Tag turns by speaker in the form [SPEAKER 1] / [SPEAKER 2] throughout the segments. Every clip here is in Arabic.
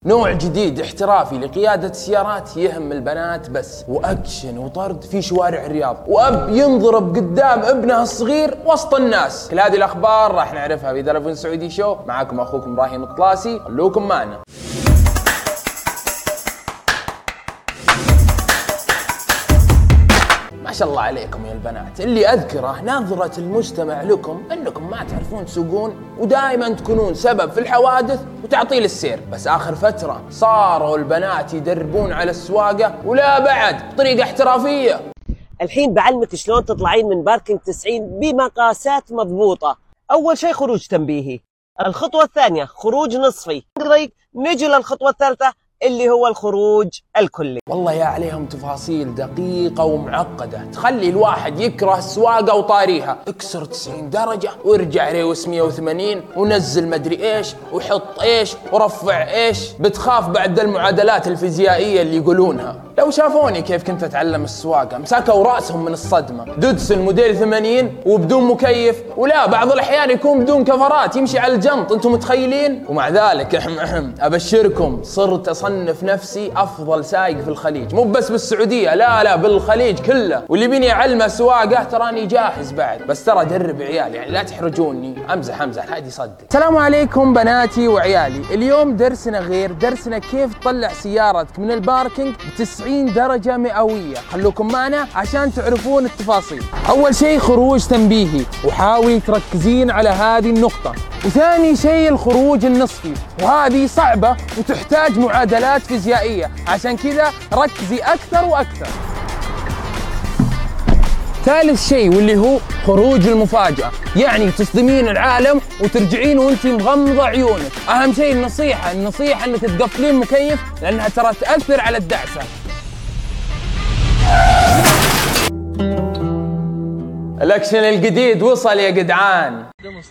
[SPEAKER 1] نوع جديد احترافي لقيادة السيارات يهم البنات بس، وأكشن وطرد في شوارع الرياض، وأب ينضرب قدام ابنه الصغير وسط الناس. كل هذه الأخبار راح نعرفها في تلفزيون سعودي شو. معكم أخوكم إبراهيم الطلاسي، خلوكم معنا. ما شاء الله عليكم يا البنات، اللي أذكره نظرة المجتمع لكم أنكم ما تعرفون تسوقون ودائما تكونون سبب في الحوادث وتعطيل السير. بس آخر فترة صاروا البنات يدربون على السواقة ولا بعد بطريقة احترافية.
[SPEAKER 2] الحين بعلمك شلون تطلعين من باركينج 90 بمقاسات مضبوطة. أول شيء خروج تنبيهي، الخطوة الثانية خروج نصفي، نجي للخطوة الثالثة اللي هو الخروج الكلي.
[SPEAKER 1] والله يا عليهم تفاصيل دقيقة ومعقدة تخلي الواحد يكره السواقة وطاريها. اكسر 90 درجة وارجع ريوس 180 ونزل مدري ايش وحط ايش ورفع ايش. بتخاف بعد المعادلات الفيزيائية اللي يقولونها. لو شافوني كيف كنت اتعلم السواقة مسكوا رأسهم من الصدمة. دودس الموديل 80 وبدون مكيف، ولا بعض الأحيان يكون بدون كفرات يمشي على الجنط، انتم متخيلين؟ ومع ذلك أبشركم صرت أصنف نفسي أفضل سايق في الخليج، مو بس بالسعودية، لا بالخليج كله. واللي بيني أعلمه سواقة تراني جاهز بعد، بس ترى درب عيالي يعني لا تحرجوني. أمزح هذه صدق. السلام عليكم بناتي وعيالي. اليوم درسنا غير، درسنا كيف تطلع سيارتك من الباركينج ب90 درجة مئوية. خلوكم معنا عشان تعرفون التفاصيل. أول شيء خروج تنبيهي، وحاولي تركزين على هذه النقطة. وثاني شيء الخروج النصفي، وهذه صعبة وتحتاج معادلات فيزيائية، عشان كذا ركزي أكثر وأكثر. ثالث شيء واللي هو خروج المفاجأة، يعني تصدمين العالم وترجعين وانت مغمضة عيونك. أهم شيء النصيحة انك تقفلين مكيف، لأنها ترى تأثر على الدعسة. الأكشن الجديد وصل يا جدعان.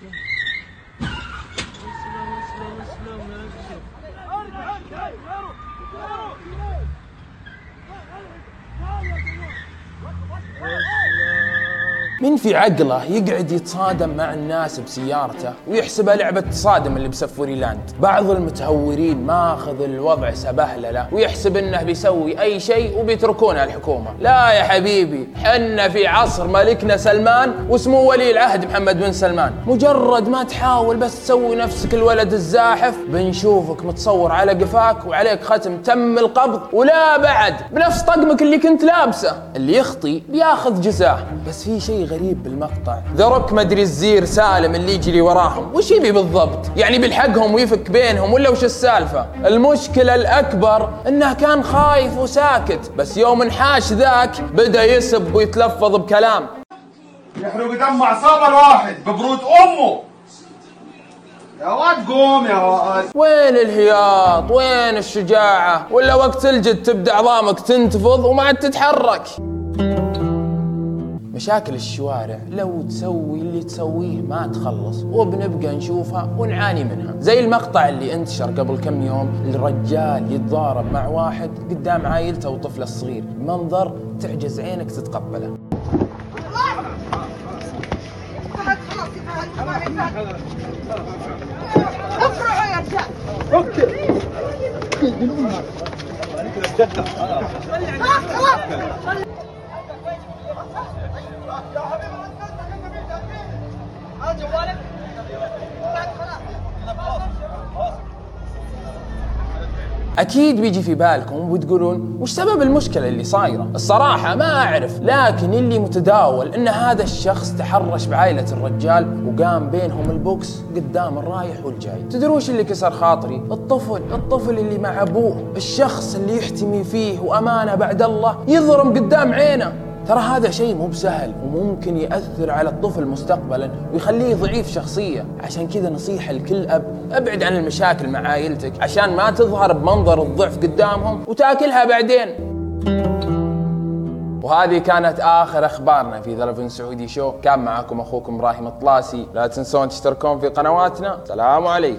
[SPEAKER 1] من في عقله يقعد يتصادم مع الناس بسيارته ويحسبها لعبة تصادم اللي بسفوري لاند؟ بعض المتهورين ماخذ الوضع سبهلله ويحسب انه بيسوي اي شيء وبيتركونه الحكومة. لا يا حبيبي، حنا في عصر ملكنا سلمان واسمه ولي العهد محمد بن سلمان. مجرد ما تحاول بس تسوي نفسك الولد الزاحف بنشوفك متصور على قفاك وعليك ختم تم القبض، ولا بعد بنفس طقمك اللي كنت لابسه. اللي يخطي بياخذ جزاه. بس في شيء غريب بالمقطع، ذا روك مدري الزير سالم اللي يجري وراهم وش يبي بالضبط؟ يعني بيلحقهم ويفك بينهم ولا وش السالفة؟ المشكلة الأكبر إنه كان خايف وساكت، بس يوم انحاش ذاك بدأ يسب ويتلفظ بكلام
[SPEAKER 3] يحرق دم عصابة الواحد ببرود أمه. يا واد قوم يا واد.
[SPEAKER 1] وين الهياط؟ وين الشجاعة؟ ولا وقت الجد تبدأ عظامك تنتفض وما عاد تتحرك؟ مشاكل الشوارع لو تسوي اللي تسويه ما تخلص، وبنبقى نشوفها ونعاني منها. زي المقطع اللي انتشر قبل كم يوم، الرجال يتضارب مع واحد قدام عائلته وطفله الصغير، منظر تعجز عينك تتقبله. أكيد بيجي في بالكم وتقولون وش سبب المشكلة اللي صايرة؟ الصراحة ما أعرف، لكن اللي متداول إن هذا الشخص تحرش بعائلة الرجال وقام بينهم البوكس قدام الرايح والجاي. تدرون وش اللي كسر خاطري؟ الطفل اللي مع أبوه، الشخص اللي يحتمي فيه وأمانة بعد الله يضرب قدام عينه. ترى هذا شيء مو بسهل وممكن يأثر على الطفل مستقبلا ويخليه ضعيف شخصية. عشان كذا نصيحة لكل أب، ابعد عن المشاكل مع عائلتك عشان ما تظهر بمنظر الضعف قدامهم وتاكلها بعدين. وهذه كانت آخر أخبارنا في تلفزيون سعودي شو. كان معكم أخوكم إبراهيم الطلاسي. لا تنسون تشتركون في قنواتنا. سلام عليكم.